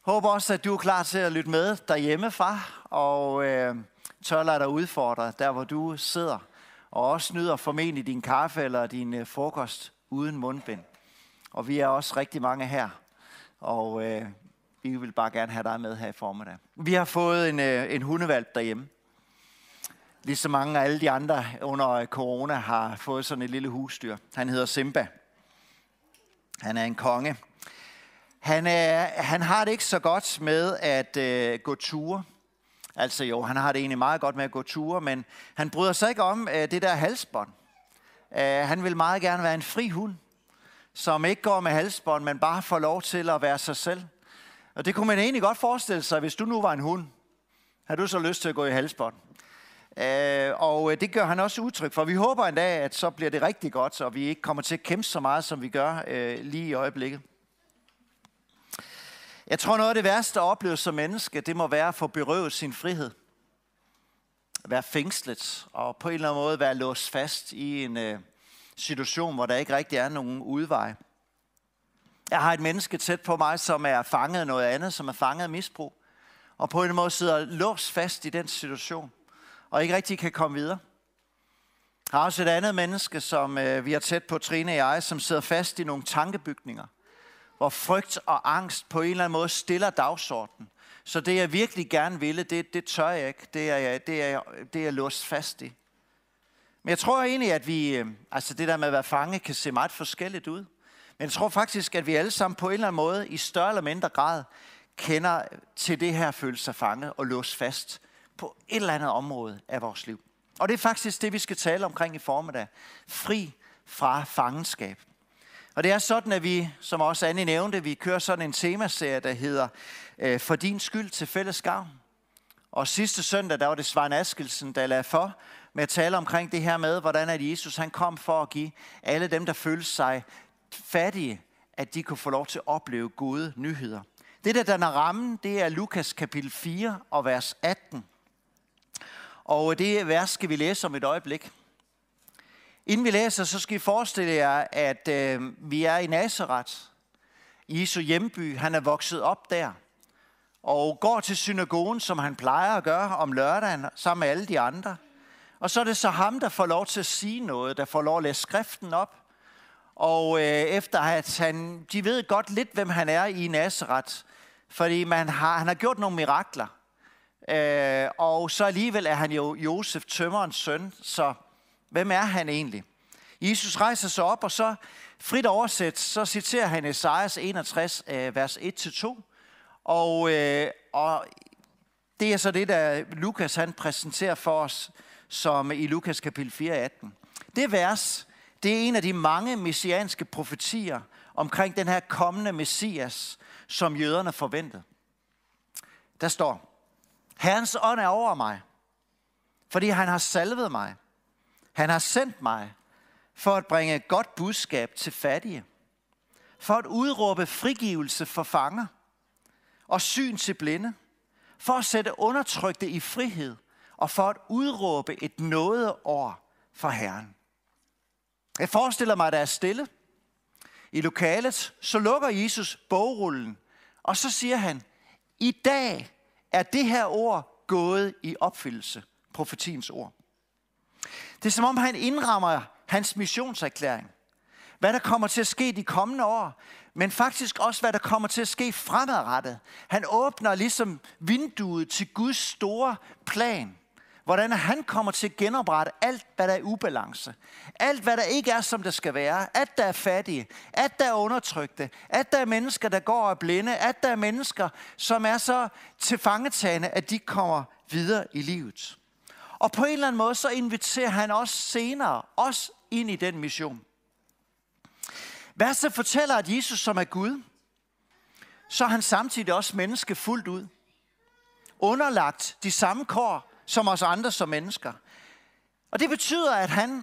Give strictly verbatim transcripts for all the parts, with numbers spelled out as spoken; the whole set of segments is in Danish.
Håber også, at du er klar til at lytte med derhjemmefra, og øh, tør lade dig udfordre, der hvor du sidder, og også nyder formentlig din kaffe eller din øh, frokost uden mundbind. Og vi er også rigtig mange her, og øh, vi vil bare gerne have dig med her i formiddag. Vi har fået en, øh, en hundevalp derhjemme. Ligesom mange af alle de andre under corona har fået sådan et lille husdyr. Han hedder Simba. Han er en konge. Han, er, han har det ikke så godt med at øh, gå ture. Altså jo, han har det egentlig meget godt med at gå ture, men han bryder sig ikke om øh, det der halsbånd. Uh, han vil meget gerne være en fri hund, som ikke går med halsbånd, men bare får lov til at være sig selv. Og det kunne man egentlig godt forestille sig, hvis du nu var en hund. Har du så lyst til at gå i halsbånd? Uh, og det gør han også udtryk for. Vi håber en dag, at så bliver det rigtig godt, og vi ikke kommer til at kæmpe så meget, som vi gør uh, lige i øjeblikket. Jeg tror, noget af det værste at opleve som menneske, det må være at få berøvet sin frihed. Være fængslet og på en eller anden måde være låst fast i en øh, situation, hvor der ikke rigtig er nogen udvej. Jeg har et menneske tæt på mig, som er fanget af noget andet, som er fanget af misbrug. Og på en måde sidder låst fast i den situation, og ikke rigtig kan komme videre. Jeg har også et andet menneske, som øh, vi har tæt på, Trine og jeg, som sidder fast i nogle tankebygninger, hvor frygt og angst på en eller anden måde stiller dagsordenen. Så det jeg virkelig gerne ville, det, det tør jeg ikke. Det er jeg, det, er, det er jeg låst fast i. Men jeg tror egentlig, at vi, altså det der med at være fange, kan se meget forskelligt ud. Men jeg tror faktisk, at vi alle sammen på en eller anden måde, i større eller mindre grad, kender til det her følelse af fange og låst fast på et eller andet område af vores liv. Og det er faktisk det, vi skal tale omkring i formiddag. Fri fra fangenskab. Og det er sådan, at vi, som også Annie nævnte, vi kører sådan en temaserie, der hedder øh, For din skyld til fælles gavn. Og sidste søndag, der var det Svein Askelsen, der lagde for med at tale omkring det her med, hvordan at Jesus han kom for at give alle dem, der følte sig fattige, at de kunne få lov til at opleve gode nyheder. Det, der danner rammen, det er Lukas kapitel fire og vers atten. Og det vers skal vi læse om et øjeblik. Inden vi læser, så skal I forestille jer, at øh, vi er i Nazareth, i Jesu hjemby. Han er vokset op der, og går til synagogen, som han plejer at gøre om lørdagen, sammen med alle de andre. Og så er det så ham, der får lov til at sige noget, der får lov at læse skriften op. Og øh, efter at han, de ved godt lidt, hvem han er i Nazareth, fordi man har, han har gjort nogle mirakler. Øh, og så alligevel er han jo Josef, tømmerens søn, så hvem er han egentlig? Jesus rejser sig op, og så frit oversat, så citerer han Esajas enogtres, vers et til to. Og, øh, og det er så det, der Lukas han præsenterer for os, som i Lukas kapitel fire, atten. Det vers, det er en af de mange messianske profetier omkring den her kommende Messias, som jøderne forventede. Der står, Herrens ånd er over mig, fordi han har salvet mig. Han har sendt mig for at bringe et godt budskab til fattige, for at udråbe frigivelse for fanger og syn til blinde, for at sætte undertrykte i frihed og for at udråbe et nådeår for Herren. Jeg forestiller mig, at der er stille i lokalet, så lukker Jesus bogrullen, og så siger han, i dag er det her ord gået i opfyldelse, profetiens ord. Det er som om han indrammer hans missionserklæring. Hvad der kommer til at ske de kommende år, men faktisk også hvad der kommer til at ske fremadrettet. Han åbner ligesom vinduet til Guds store plan. Hvordan han kommer til at genoprette alt, hvad der er ubalance. Alt, hvad der ikke er, som det skal være. At der er fattige. At der er undertrykte. At der er mennesker, der går og er blinde. At der er mennesker, som er så tilfangetagende, at de kommer videre i livet. Og på en eller anden måde, så inviterer han os senere, os ind i den mission. Verset fortæller, at Jesus, som er Gud, så er han samtidig også menneske fuldt ud. Underlagt de samme kår, som os andre som mennesker. Og det betyder, at han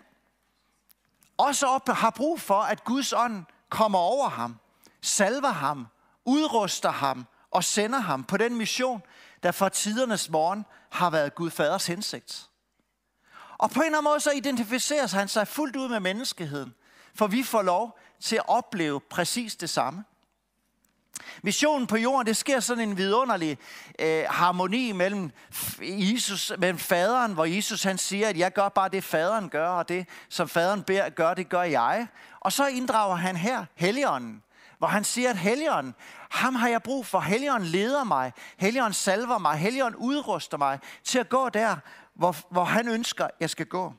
også op har brug for, at Guds ånd kommer over ham, salver ham, udruster ham og sender ham på den mission, der fra tidernes morgen har været Gud Faders hensigt. Og på en eller anden måde så identificerer han sig fuldt ud med menneskeheden, for vi får lov til at opleve præcis det samme. Missionen på jorden, det sker sådan en vidunderlig øh, harmoni mellem Jesus, mellem faderen, hvor Jesus han siger, at jeg gør bare det, faderen gør, og det, som faderen beder gør, det gør jeg. Og så inddrager han her Helligånden, hvor han siger, at Helligånden, ham har jeg brug for. Helligånden leder mig, Helligånden salver mig, Helligånden udruster mig til at gå der, hvor, hvor han ønsker, jeg skal gå.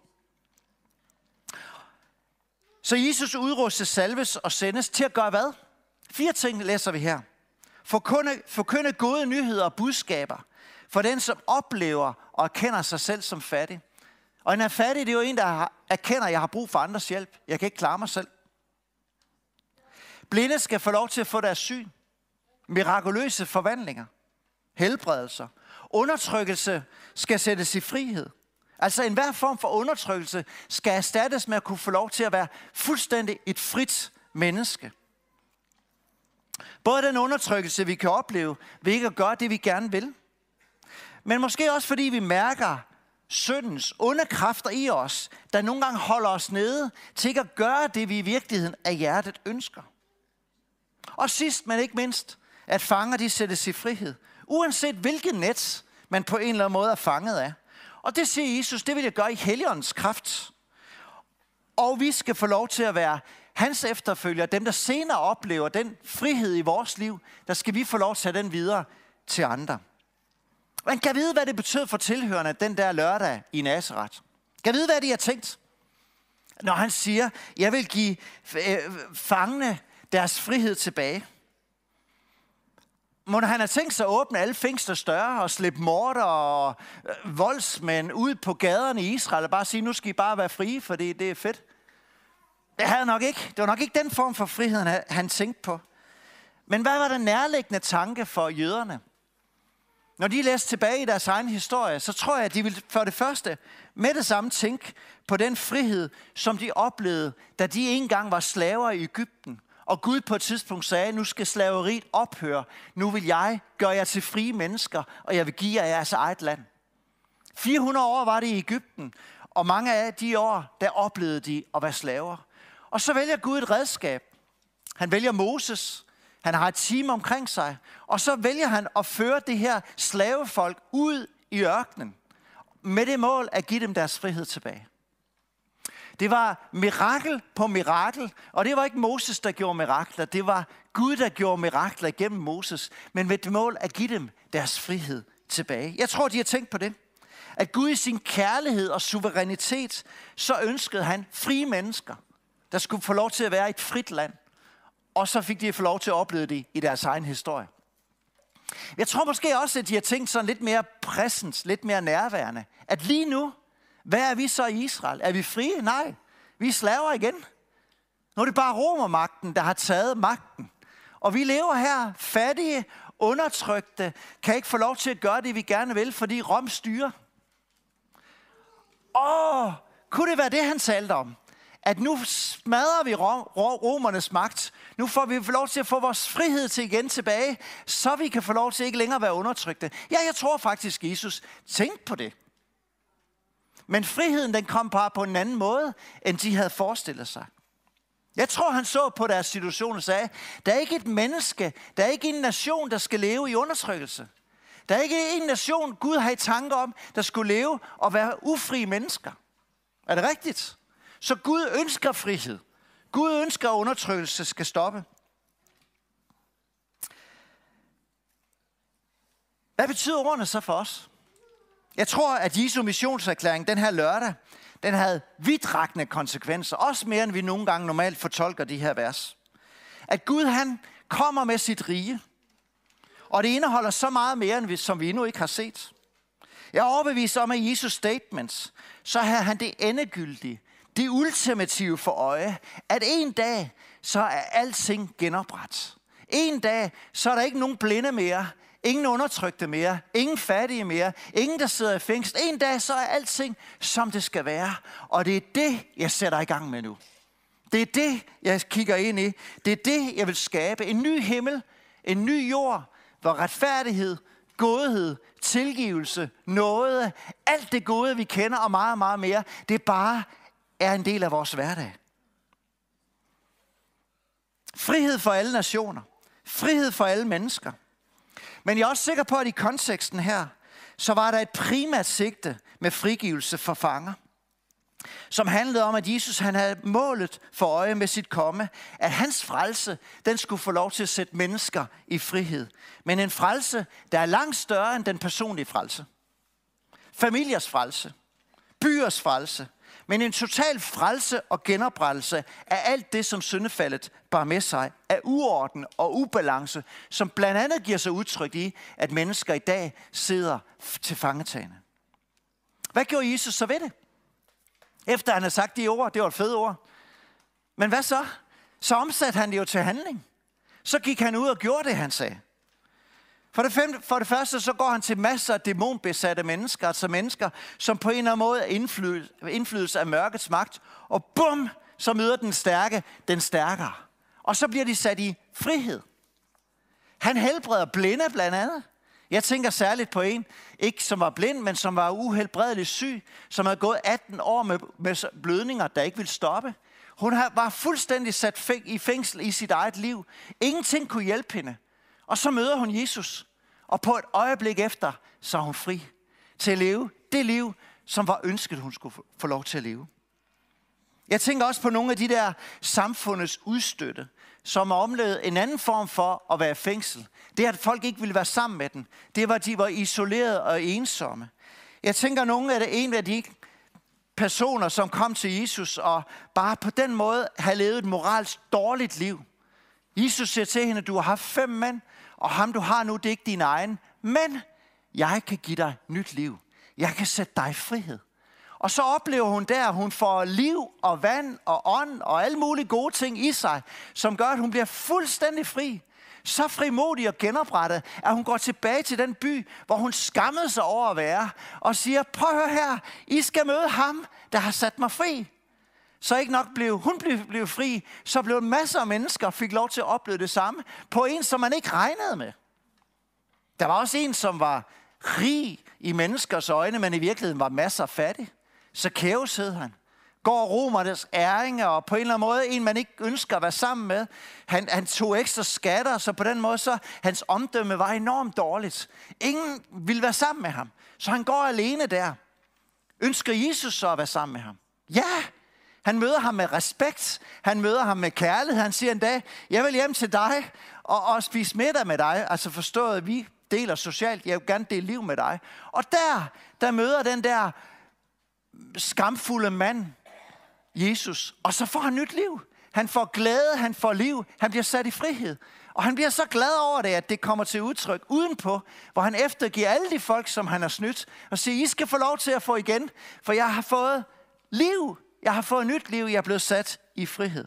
Så Jesus udrustes, salves og sendes til at gøre hvad? Fire ting læser vi her. Forkynde, forkynde gode nyheder og budskaber for den, som oplever og erkender sig selv som fattig. Og en er fattig, det er jo en, der erkender, at jeg har brug for andres hjælp. Jeg kan ikke klare mig selv. Blinde skal få lov til at få deres syn. Mirakuløse forvandlinger. Helbredelser. Undertrykkelse skal sættes i frihed. Altså enhver form for undertrykkelse skal erstattes med at kunne få lov til at være fuldstændig et frit menneske. Både den undertrykkelse, vi kan opleve, ved ikke at gøre det, vi gerne vil. Men måske også fordi vi mærker syndens onde kræfter i os, der nogle gange holder os nede til ikke at gøre det, vi i virkeligheden af hjertet ønsker. Og sidst, men ikke mindst, at fanger de sættes i frihed. Uanset hvilket net, man på en eller anden måde er fanget af. Og det siger Jesus, det vil jeg gøre i Helligåndens kraft. Og vi skal få lov til at være hans efterfølgere, dem der senere oplever den frihed i vores liv, der skal vi få lov til at tage den videre til andre. Man kan vide, hvad det betød for tilhørende den der lørdag i Nazareth. Kan vide, hvad de har tænkt, når han siger, jeg vil give fangene deres frihed tilbage. Må han have tænkt sig at åbne alle fængsler større og slippe morder og voldsmænd ud på gaderne i Israel og bare sige, nu skal I bare være frie, fordi det er fedt. Det havde nok ikke. Det var nok ikke den form for frihed, han tænkte på. Men hvad var den nærliggende tanke for jøderne? Når de læste tilbage i deres egen historie, så tror jeg, at de ville for det første med det samme tænke på den frihed, som de oplevede, da de engang var slaver i Egypten. Og Gud på et tidspunkt sagde, nu skal slaveriet ophøre. Nu vil jeg gøre jer til frie mennesker, og jeg vil give jer jeres eget land. fire hundrede år var det i Egypten, og mange af de år, der oplevede de at være slaver. Og så vælger Gud et redskab. Han vælger Moses. Han har et team omkring sig. Og så vælger han at føre det her slavefolk ud i ørkenen. Med det mål at give dem deres frihed tilbage. Det var mirakel på mirakel. Og det var ikke Moses, der gjorde mirakler. Det var Gud, der gjorde mirakler gennem Moses. Men med det mål at give dem deres frihed tilbage. Jeg tror, de har tænkt på det. At Gud i sin kærlighed og suverænitet, så ønskede han frie mennesker, der skulle få lov til at være i et frit land. Og så fik de få lov til at opleve det i deres egen historie. Jeg tror måske også, at de har tænkt sådan lidt mere present, lidt mere nærværende. At lige nu, hvad er vi så i Israel? Er vi frie? Nej, vi er slaver igen. Nu er det bare romermagten, der har taget magten. Og vi lever her fattige, undertrykte, kan ikke få lov til at gøre det, vi gerne vil, fordi Rom styrer. Åh, kunne det være det, han talte om? At nu smadrer vi rom, romernes magt. Nu får vi lov til at få vores frihed til igen tilbage, så vi kan få lov til ikke længere være undertrykte. Ja, jeg tror faktisk, Jesus tænkte på det. Men friheden, den kom bare på en anden måde, end de havde forestillet sig. Jeg tror, han så på deres situation og sagde, der er ikke et menneske, der er ikke en nation, der skal leve i undertrykkelse. Der er ikke en nation, Gud har i tanke om, der skulle leve og være ufrie mennesker. Er det rigtigt? Så Gud ønsker frihed. Gud ønsker, at undertrykkelse skal stoppe. Hvad betyder ordene så for os? Jeg tror, at Jesu missionserklæring den her lørdag, den havde vidtrækkende konsekvenser. Også mere, end vi nogle gange normalt fortolker de her vers. At Gud han kommer med sit rige. Og det indeholder så meget mere, end vi, som vi endnu ikke har set. Jeg er overbevist om, at Jesus statements, så har han det endegyldige, det ultimative for øje, at en dag, så er alting genopret. En dag, så er der ikke nogen blinde mere, ingen undertrykte mere, ingen fattige mere, ingen der sidder i fængsel. En dag, så er alting, som det skal være. Og det er det, jeg sætter i gang med nu. Det er det, jeg kigger ind i. Det er det, jeg vil skabe. En ny himmel, en ny jord, hvor retfærdighed, godhed, tilgivelse, nåde, alt det gode, vi kender og meget, meget mere, det bare er en del af vores hverdag. Frihed for alle nationer. Frihed for alle mennesker. Men jeg er også sikker på, at i konteksten her, så var der et primært sigte med frigivelse for fanger, som handlede om, at Jesus han havde målet for øje med sit komme, at hans frelse, den skulle få lov til at sætte mennesker i frihed. Men en frelse, der er langt større end den personlige frelse. Familiers frelse, byers frelse, men en total frelse og genoprettelse af alt det, som syndefaldet bar med sig, af uorden og ubalance, som blandt andet giver sig udtryk i, at mennesker i dag sidder til fangetagende. Hvad gjorde Jesus så ved det? Efter han havde sagt de ord, det var et fedt ord. Men hvad så? Så omsatte han det jo til handling. Så gik han ud og gjorde det, han sagde. For det, femte, for det første, så går han til masser af dæmonbesatte mennesker, altså mennesker, som på en eller anden måde er indflydelse, indflydelse af mørkets magt. Og bum, så møder den stærke den stærkere. Og så bliver de sat i frihed. Han helbreder blinde blandt andet. Jeg tænker særligt på en, ikke som var blind, men som var uhelbredeligt syg, som havde gået atten år med, med blødninger, der ikke ville stoppe. Hun var fuldstændig sat i fængsel i sit eget liv. Ingenting kunne hjælpe hende. Og så møder hun Jesus, og på et øjeblik efter, så er hun fri til at leve det liv, som var ønsket, hun skulle få lov til at leve. Jeg tænker også på nogle af de der samfundets udstøtte, som har omlevet en anden form for at være i fængsel. Det at folk ikke ville være sammen med den. Det var, at de var isolerede og ensomme. Jeg tænker, nogle af det en af de personer, som kom til Jesus og bare på den måde havde levet et moralsk dårligt liv. Jesus siger til hende, du har haft fem mænd, og ham du har nu, det er ikke din egen. Men jeg kan give dig nyt liv. Jeg kan sætte dig i frihed. Og så oplever hun der, at hun får liv og vand og ånd og alle mulige gode ting i sig, som gør, at hun bliver fuldstændig fri. Så frimodig og genoprettet, at hun går tilbage til den by, hvor hun skammede sig over at være, og siger, prøv at høre her, I skal møde ham, der har sat mig fri. Så ikke nok blev hun blev, blev fri, så blev masser af mennesker fik lov til at opleve det samme, på en, som man ikke regnede med. Der var også en, som var rig i menneskers øjne, men i virkeligheden var masser fattig. Zakæus hed han. Går romernes æringer, og på en eller anden måde, en man ikke ønsker at være sammen med. Han, han tog ekstra skatter, så på den måde, så hans omdømme var enormt dårligt. Ingen ville være sammen med ham, så han går alene der. Ønsker Jesus så at være sammen med ham? Ja, han møder ham med respekt, han møder ham med kærlighed. Han siger en dag, jeg vil hjem til dig og, og spise middag med dig. Altså forstået, at vi deler socialt, jeg vil gerne dele liv med dig. Og der, der møder den der skamfulde mand Jesus, og så får han nyt liv. Han får glæde, han får liv, han bliver sat i frihed. Og han bliver så glad over det, at det kommer til udtryk udenpå, hvor han eftergiver alle de folk, som han har snydt, og siger, I skal få lov til at få igen, for jeg har fået liv. Jeg har fået nyt liv, jeg er blevet sat i frihed.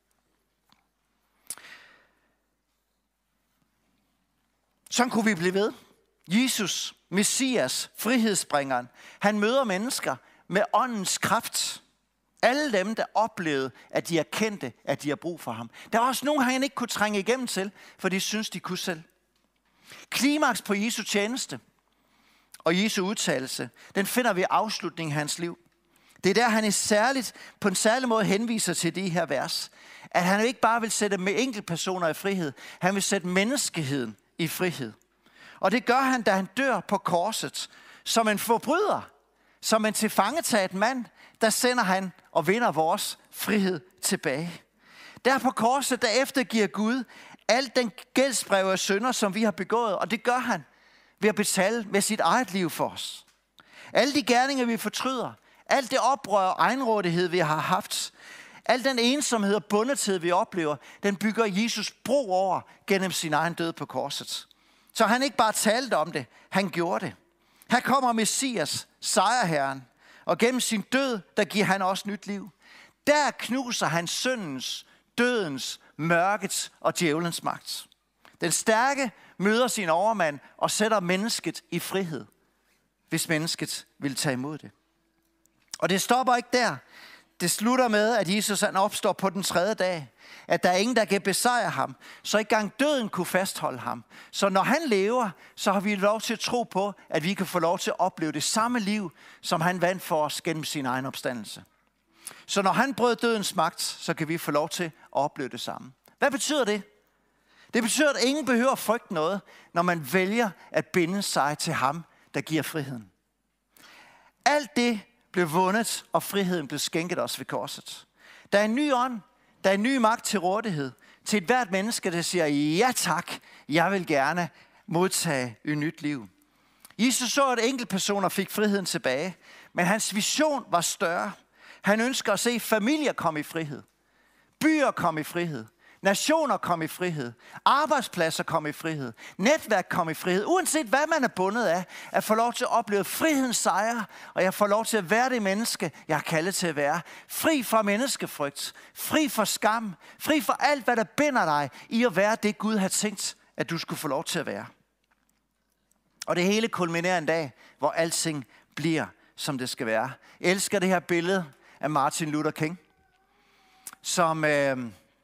Sådan kunne vi blive ved. Jesus, Messias, frihedsbringeren, han møder mennesker med åndens kraft. Alle dem, der oplevede, at de erkendte, at de har brug for ham. Der var også nogen, han ikke kunne trænge igennem til, for de synes, de kunne selv. Klimaks på Jesu tjeneste og Jesu udtalelse, den finder vi i afslutningen af hans liv. Det er der, han er særligt, på en særlig måde henviser til det her vers. At han ikke bare vil sætte med enkeltpersoner i frihed, han vil sætte menneskeheden i frihed. Og det gør han, da han dør på korset, som en forbryder, som en tilfangetaget mand, der sender han og vinder vores frihed tilbage. Der på korset, der eftergiver Gud alt den gældsbrev af synder, som vi har begået, og det gør han ved at betale med sit eget liv for os. Alle de gerninger, vi fortryder, alt det oprør og egenrådighed, vi har haft, al den ensomhed og bundethed, vi oplever, den bygger Jesus bro over gennem sin egen død på korset. Så han ikke bare talte om det, han gjorde det. Her kommer Messias, sejrherren, og gennem sin død, der giver han også nyt liv. Der knuser han syndens, dødens, mørkets og djævelens magt. Den stærke møder sin overmand og sætter mennesket i frihed, hvis mennesket vil tage imod det. Og det stopper ikke der. Det slutter med, at Jesus han opstår på den tredje dag. At der er ingen, der kan besejre ham. Så ikke engang døden kunne fastholde ham. Så når han lever, så har vi lov til at tro på, at vi kan få lov til at opleve det samme liv, som han vandt for os gennem sin egen opstandelse. Så når han brød dødens magt, så kan vi få lov til at opleve det samme. Hvad betyder det? Det betyder, at ingen behøver at frygte noget, når man vælger at binde sig til ham, der giver friheden. Alt det blev vundet, og friheden blev skænket os ved korset. Der er en ny ånd, der er en ny magt til rådighed, til et hvert menneske, der siger, ja tak, jeg vil gerne modtage et nyt liv. Jesus så, at enkeltpersoner fik friheden tilbage, men hans vision var større. Han ønsker at se familier komme i frihed, byer komme i frihed, nationer komme i frihed, arbejdspladser komme i frihed, netværk komme i frihed. Uanset hvad man er bundet af, at få lov til at opleve frihedens sejre, og jeg får lov til at være det menneske, jeg er kaldet til at være. Fri fra menneskefrygt, fri fra skam, fri fra alt, hvad der binder dig i at være det, Gud har tænkt, at du skulle få lov til at være. Og det hele kulminerer en dag, hvor alting bliver, som det skal være. Jeg elsker det her billede af Martin Luther King, som øh,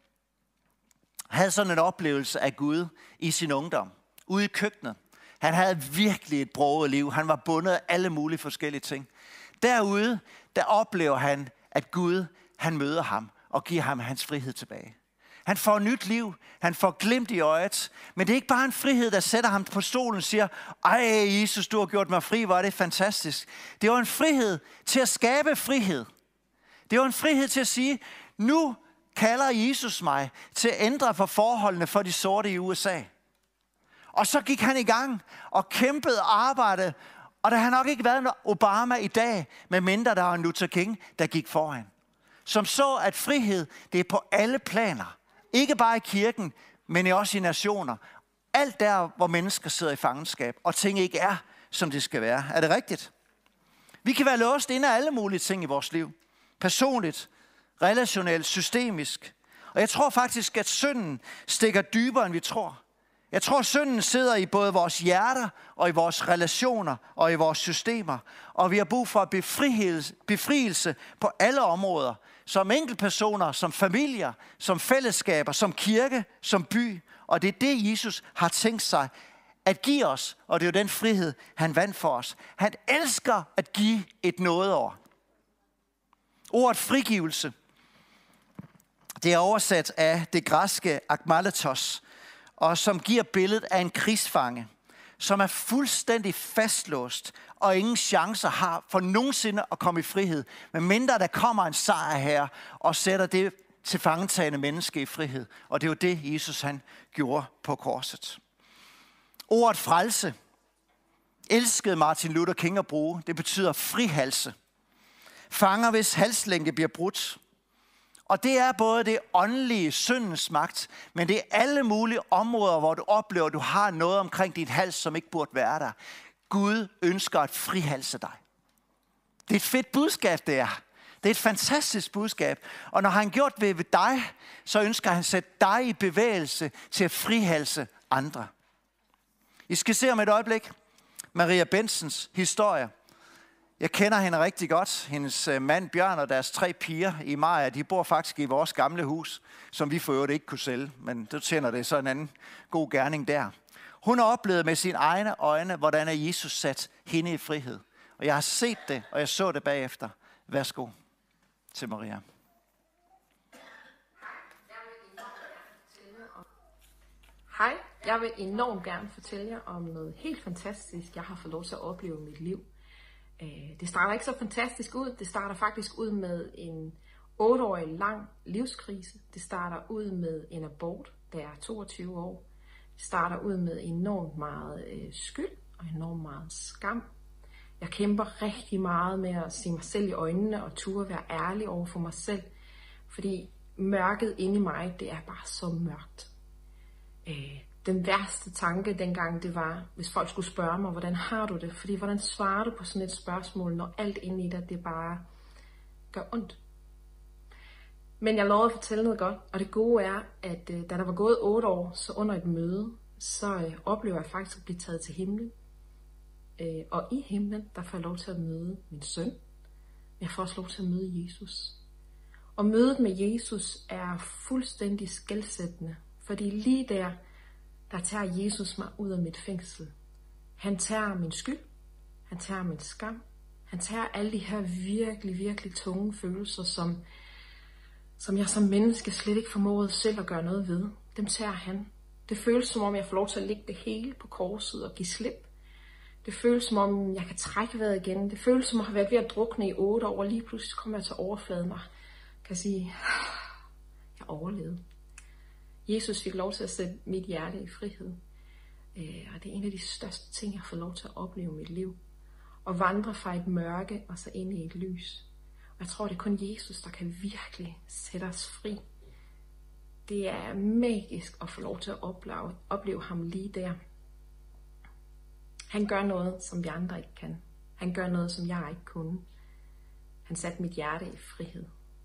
havde sådan en oplevelse af Gud i sin ungdom, ude i køkkenet. Han havde virkelig et broget liv. Han var bundet af alle mulige forskellige ting. Derude, der oplever han, at Gud, han møder ham og giver ham hans frihed tilbage. Han får nyt liv. Han får glimt i øjet. Men det er ikke bare en frihed, der sætter ham på stolen og siger, ej Jesus, du har gjort mig fri, hvor er det fantastisk. Det var en frihed til at skabe frihed. Det var en frihed til at sige, nu kalder Jesus mig til at ændre for forholdene for de sorte i U S A. Og så gik han i gang og kæmpede og arbejdede. Og der har nok ikke været en Obama i dag, medmindre der var en Luther King, der gik foran. Som så, at frihed, det er på alle planer. Ikke bare i kirken, men også i nationer. Alt der, hvor mennesker sidder i fangenskab, og ting ikke er, som det skal være. Er det rigtigt? Vi kan være låst inde af alle mulige ting i vores liv. Personligt, relationelt, systemisk. Og jeg tror faktisk, at synden stikker dybere, end vi tror. Jeg tror, synden sidder i både vores hjerter, og i vores relationer, og i vores systemer. Og vi har brug for befrielse, befrielse på alle områder. Som enkeltpersoner, som familier, som fællesskaber, som kirke, som by. Og det er det, Jesus har tænkt sig at give os. Og det er jo den frihed, han vandt for os. Han elsker at give et nådeår. Ordet frigivelse, det er oversat af det græske akmaletos, og som giver billedet af en krigsfange, som er fuldstændig fastlåst, og ingen chancer har for nogensinde at komme i frihed, medmindre der kommer en sejr her, og sætter det til fangetagende menneske i frihed. Og det er jo det, Jesus han gjorde på korset. Ordet frelse, elskede Martin Luther King at bruge, det betyder frihalse. Fanger, hvis halslænke bliver brudt. Og det er både det åndelige syndens magt, men det er alle mulige områder, hvor du oplever, at du har noget omkring dit hals, som ikke burde være der. Gud ønsker at frihalse dig. Det er et fedt budskab, det er. Det er et fantastisk budskab. Og når han gjort det ved dig, så ønsker han at sætte dig i bevægelse til at frihalse andre. I skal se om et øjeblik Maria Bensens historie. Jeg kender hende rigtig godt. Hendes mand Bjørn og deres tre piger i Maja, de bor faktisk i vores gamle hus, som vi for øvrigt ikke kunne sælge. Men det tjener det så en anden god gerning der. Hun har oplevet med sine egne øjne, hvordan er Jesus sat hende i frihed. Og jeg har set det, og jeg så det bagefter. Værsgo til Maria. Hej, jeg vil enormt gerne fortælle jer om noget helt fantastisk, jeg har fået lov til at opleve i mit liv. Det starter ikke så fantastisk ud. Det starter faktisk ud med en otteårig lang livskrise. Det starter ud med en abort, da jeg er toogtyve år. Det starter ud med enormt meget øh, skyld og enormt meget skam. Jeg kæmper rigtig meget med at se mig selv i øjnene og turde være ærlig over for mig selv. Fordi mørket inde i mig, det er bare så mørkt. Øh, Den værste tanke dengang, det var, hvis folk skulle spørge mig, hvordan har du det? Fordi hvordan svarer du på sådan et spørgsmål, når alt inde i dig, det bare gør ondt? Men jeg lovede at fortælle noget godt, og det gode er, at da der var gået otte år, så under et møde, så oplever jeg faktisk at blive taget til himlen. Og i himlen, der får jeg lov til at møde min søn. Jeg får også lov til at møde Jesus. Og mødet med Jesus er fuldstændig skelsættende, fordi lige der, der tager Jesus mig ud af mit fængsel. Han tager min skyld, han tager min skam, han tager alle de her virkelig, virkelig tunge følelser, som, som jeg som menneske slet ikke formåede selv at gøre noget ved. Dem tager han, Det føles som om, jeg får lov til at lægge det hele på korset og give slip. Det føles som om, jeg kan trække vejret igen. Det føles som om, at have været ved at drukne i otte år, og lige pludselig kommer jeg til overfladen og kan sige, jeg overlevede. Jesus fik lov til at sætte mit hjerte i frihed. Og det er en af de største ting, jeg får lov til at opleve i mit liv. Og vandre fra et mørke og så ind i et lys. Og jeg tror, det er kun Jesus, der kan virkelig sætte os fri. Det er magisk at få lov til at opleve, opleve ham lige der. Han gør noget, som vi andre ikke kan. Han gør noget, som jeg ikke kunne. Han satte mit hjerte i frihed.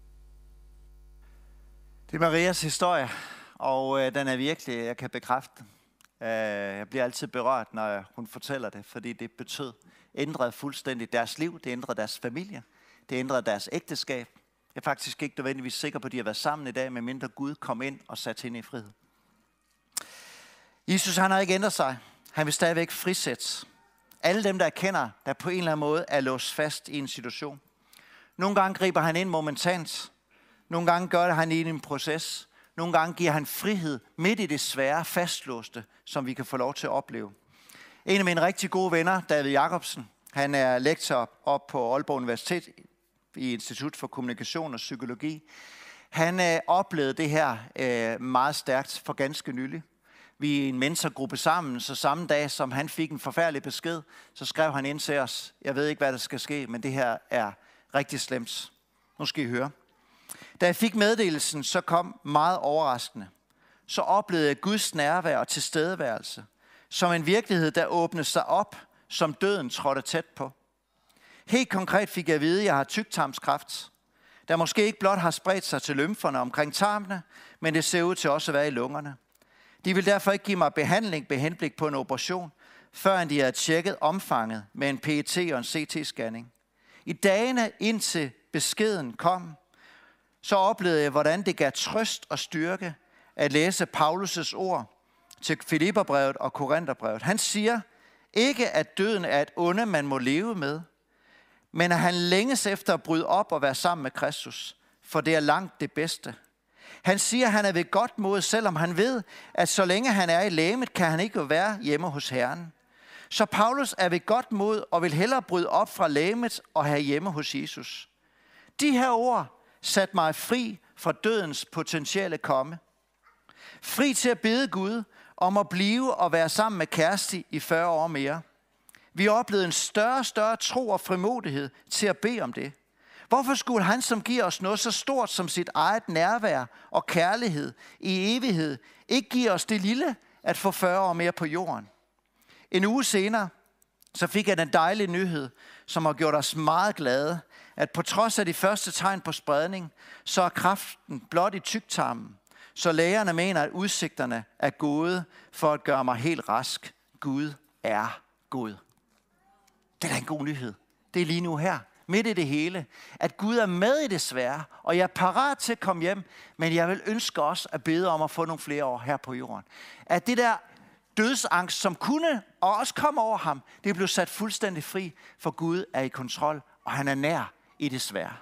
Det er Marias historie, og øh, den er virkelig, jeg kan bekræfte. Øh, jeg bliver altid berørt, når hun fortæller det, fordi det betød, ændrede fuldstændig deres liv, det ændrede deres familie, det ændrede deres ægteskab. Jeg er faktisk ikke nødvendigvis sikker på, at de har været sammen i dag, medmindre Gud kom ind og satte hende i frihed. Jesus, han har ikke ændret sig. Han vil stadigvæk frisætte alle dem, der erkender, der på en eller anden måde er låst fast i en situation. Nogle gange griber han ind momentant. Nogle gange gør det han i en proces. Nogle gange giver han frihed midt i det svære, fastlåste, som vi kan få lov til at opleve. En af mine rigtig gode venner, David Jacobsen, han er lektor op på Aalborg Universitet i Institut for Kommunikation og Psykologi. Han øh, oplevede det her øh, meget stærkt for ganske nylig. Vi er en mentorgruppe sammen, så samme dag, som han fik en forfærdelig besked, så skrev han ind til os, jeg ved ikke, hvad der skal ske, men det her er rigtig slemt. Nu skal I høre. Da jeg fik meddelelsen, så kom meget overraskende. Så oplevede jeg Guds nærvær og tilstedeværelse, som en virkelighed, der åbnede sig op, som døden trådte tæt på. Helt konkret fik jeg at vide, at jeg har tyktarmskræft, der måske ikke blot har spredt sig til lymferne omkring tarmene, men det ser ud til også at være i lungerne. De vil derfor ikke give mig behandling med henblik på en operation, før de havde tjekket omfanget med en P E T og en C T-scanning. I dagene indtil beskeden kom, så oplevede jeg, hvordan det gav trøst og styrke at læse Paulus' ord til Filipperbrevet og Korintherbrevet. Han siger ikke, at døden er et onde, man må leve med, men at han længes efter at bryde op og være sammen med Kristus, for det er langt det bedste. Han siger, at han er ved godt mod, selvom han ved, at så længe han er i legemet, kan han ikke være hjemme hos Herren. Så Paulus er ved godt mod og vil hellere bryde op fra legemet og have hjemme hos Jesus. De her ord satte mig fri fra dødens potentielle komme. Fri til at bede Gud om at blive og være sammen med Kersti i fyrre år mere. Vi oplevede en større og større tro og frimodighed til at bede om det. Hvorfor skulle han, som giver os noget så stort som sit eget nærvær og kærlighed i evighed, ikke give os det lille at få fyrre år mere på jorden? En uge senere, så fik jeg den dejlige nyhed, som har gjort os meget glade, at på trods af de første tegn på spredning, så er kræften blot i tyktarmen. Så lægerne mener, at udsigterne er gode for at gøre mig helt rask. Gud er god. Det er da en god nyhed. Det er lige nu her, midt i det hele, at Gud er med i det svære, og jeg er parat til at komme hjem, men jeg vil ønske også at bede om at få nogle flere år her på jorden. At det der dødsangst, som kunne og også kom over ham, det blev sat fuldstændig fri, for Gud er i kontrol, og han er nær i det svære.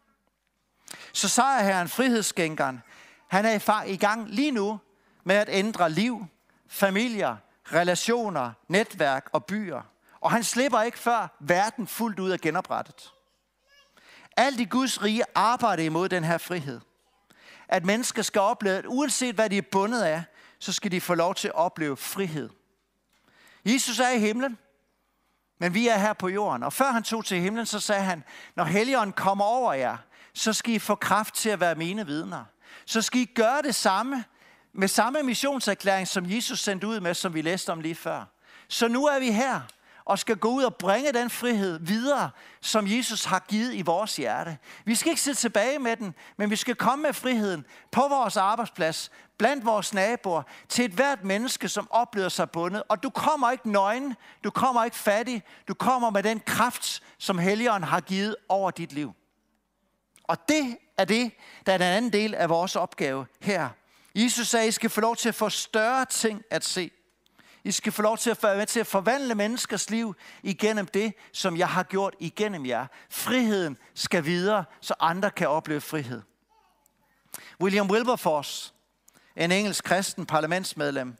Så sejrherren, frihedsskænkeren, han er i gang lige nu med at ændre liv, familier, relationer, netværk og byer. Og han slipper ikke, før verden fuldt ud er genoprettet. Alt i Guds rige arbejder imod den her frihed. At mennesker skal opleve, at uanset hvad de er bundet af, så skal de få lov til at opleve frihed. Jesus er i himlen, men vi er her på jorden. Og før han tog til himlen, så sagde han, når Helligånden kommer over jer, så skal I få kraft til at være mine vidner. Så skal I gøre det samme, med samme missionserklæring, som Jesus sendte ud med, som vi læste om lige før. Så nu er vi her, og skal gå ud og bringe den frihed videre, som Jesus har givet i vores hjerte. Vi skal ikke sidde tilbage med den, men vi skal komme med friheden på vores arbejdsplads, blandt vores naboer, til et hvert menneske, som oplever sig bundet. Og du kommer ikke nøgen, du kommer ikke fattig, du kommer med den kraft, som Helligånden har givet over dit liv. Og det er det, der er den anden del af vores opgave her. Jesus sagde, at I skal få lov til at få større ting at se. I skal få lov til at være med til at forvandle menneskers liv igennem det, som jeg har gjort igennem jer. Friheden skal videre, så andre kan opleve frihed. William Wilberforce, en engelsk kristen parlamentsmedlem,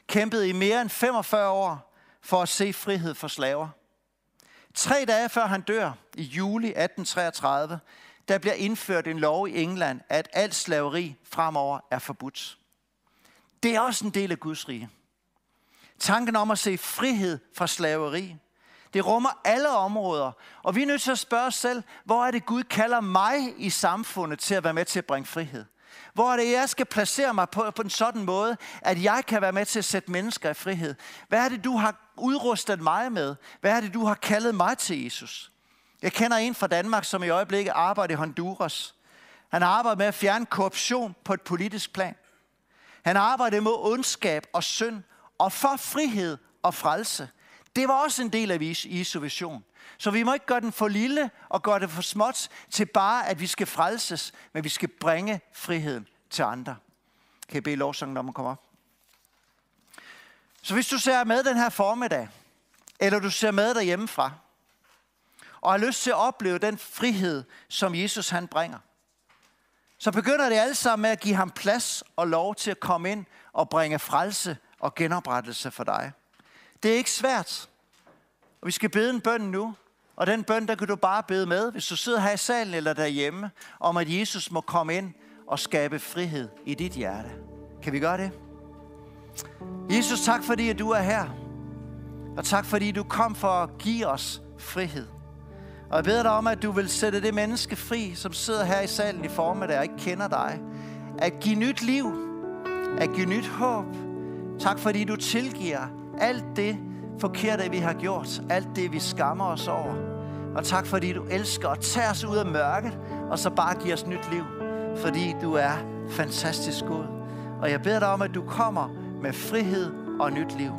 kæmpede i mere end femogfyrre år for at se frihed for slaver. Tre dage før han dør, i juli atten treogtredive, der bliver indført en lov i England, at alt slaveri fremover er forbudt. Det er også en del af Guds rige. Tanken om at se frihed fra slaveri, det rummer alle områder, og vi er nødt til at spørge os selv, hvor er det Gud kalder mig i samfundet til at være med til at bringe frihed? Hvor er det, jeg skal placere mig på, på en sådan måde, at jeg kan være med til at sætte mennesker i frihed? Hvad er det, du har udrustet mig med? Hvad er det, du har kaldet mig til, Jesus? Jeg kender en fra Danmark, som i øjeblikket arbejder i Honduras. Han har arbejdet med at fjerne korruption på et politisk plan. Han arbejder mod ondskab og synd, og for frihed og frelse. Det var også en del af Jesu vision. Så vi må ikke gøre den for lille og gøre det for småt til bare, at vi skal frelses, men vi skal bringe friheden til andre. Kan I bede lovsangen om at komme op? Så hvis du ser med den her formiddag, eller du ser med derhjemmefra, og har lyst til at opleve den frihed, som Jesus han bringer, så begynder det alle sammen med at give ham plads og lov til at komme ind og bringe frelse og genoprettelse for dig. Det er ikke svært. Og vi skal bede en bøn nu. Og den bøn, der kan du bare bede med, hvis du sidder her i salen eller derhjemme, om at Jesus må komme ind og skabe frihed i dit hjerte. Kan vi gøre det? Jesus, tak fordi at du er her. Og tak fordi du kom for at give os frihed. Og jeg beder dig om, at du vil sætte det menneske fri, som sidder her i salen i formiddag og ikke kender dig. At give nyt liv. At give nyt håb. Tak fordi du tilgiver alt det forkerte, vi har gjort. Alt det, vi skammer os over. Og tak fordi du elsker at tage os ud af mørket, og så bare give os nyt liv. Fordi du er fantastisk god. Og jeg beder dig om, at du kommer med frihed og nyt liv.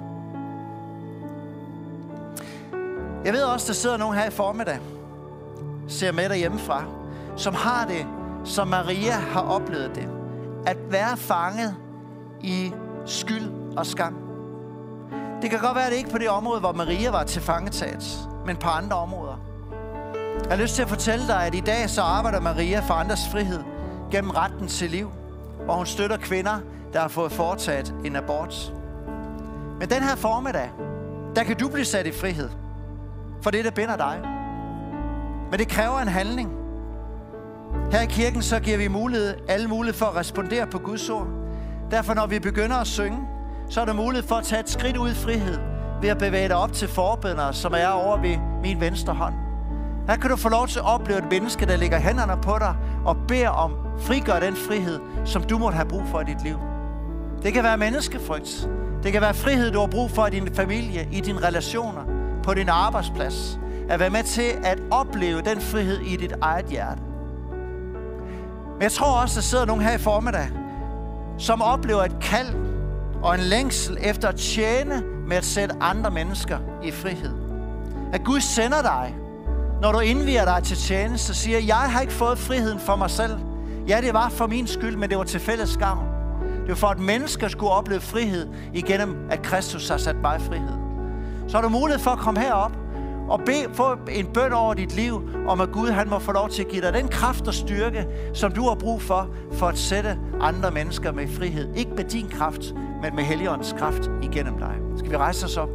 Jeg ved også, der sidder nogen her i formiddag, ser med derhjemmefra, som har det, som Maria har oplevet det. At være fanget i skyld og skam. Det kan godt være, at det ikke på det område, hvor Maria var tilfangetaget, men på andre områder. Jeg har lyst til at fortælle dig, at i dag så arbejder Maria for andres frihed gennem retten til liv, og hun støtter kvinder, der har fået foretaget en abort. Men den her formiddag, der kan du blive sat i frihed, for det, der binder dig. Men det kræver en handling. Her i kirken så giver vi mulighed, alle mulighed for at respondere på Guds ord. Derfor når vi begynder at synge, så er der mulighed for at tage et skridt ud i frihed ved at bevæge dig op til forbedere, som er over ved min venstre hånd. Her kan du få lov til at opleve et menneske, der lægger hænderne på dig og beder om frigør den frihed, som du måtte have brug for i dit liv. Det kan være menneskefrygt. Det kan være frihed, du har brug for i din familie, i dine relationer, på din arbejdsplads. At være med til at opleve den frihed i dit eget hjerte. Men jeg tror også, der sidder nogen her i formiddag, som oplever et kald og en længsel efter at tjene med at sætte andre mennesker i frihed. At Gud sender dig, når du indviger dig til tjeneste, og siger, jeg har ikke fået friheden for mig selv. Ja, det var for min skyld, men det var til fælles gavn. Det var for, at mennesker skulle opleve frihed igennem, at Kristus har sat mig i frihed. Så har du mulighed for at komme herop og bede, få en bøn over dit liv, om at Gud han må få lov til at give dig den kraft og styrke, som du har brug for, for at sætte andre mennesker med frihed. Ikke med din kraft, men med Helligåndens kraft igennem dig. Skal vi rejse os op?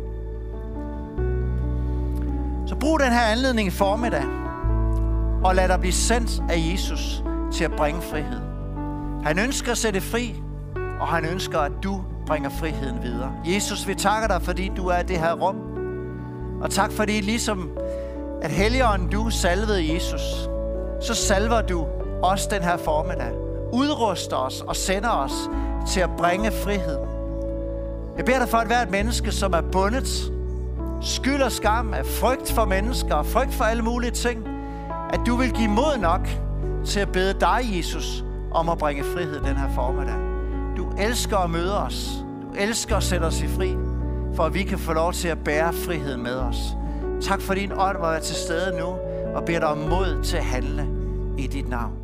Så brug den her anledning i formiddag, og lad dig blive sendt af Jesus til at bringe frihed. Han ønsker at sætte fri, og han ønsker, at du bringer friheden videre. Jesus, vi takker dig, fordi du er i det her rum. Og tak fordi, ligesom at Helligånden, du salvede Jesus, så salver du os den her formiddag. Udruster os og sender os til at bringe frihed. Jeg beder dig for at være et menneske, som er bundet, skyld og skam, af frygt for mennesker og frygt for alle mulige ting, at du vil give mod nok til at bede dig, Jesus, om at bringe frihed den her formiddag. Du elsker at møde os. Du elsker at sætte os i fri, for at vi kan få lov til at bære friheden med os. Tak for din ånd, hvor jeg er til stede nu, og beder dig om mod til at handle i dit navn.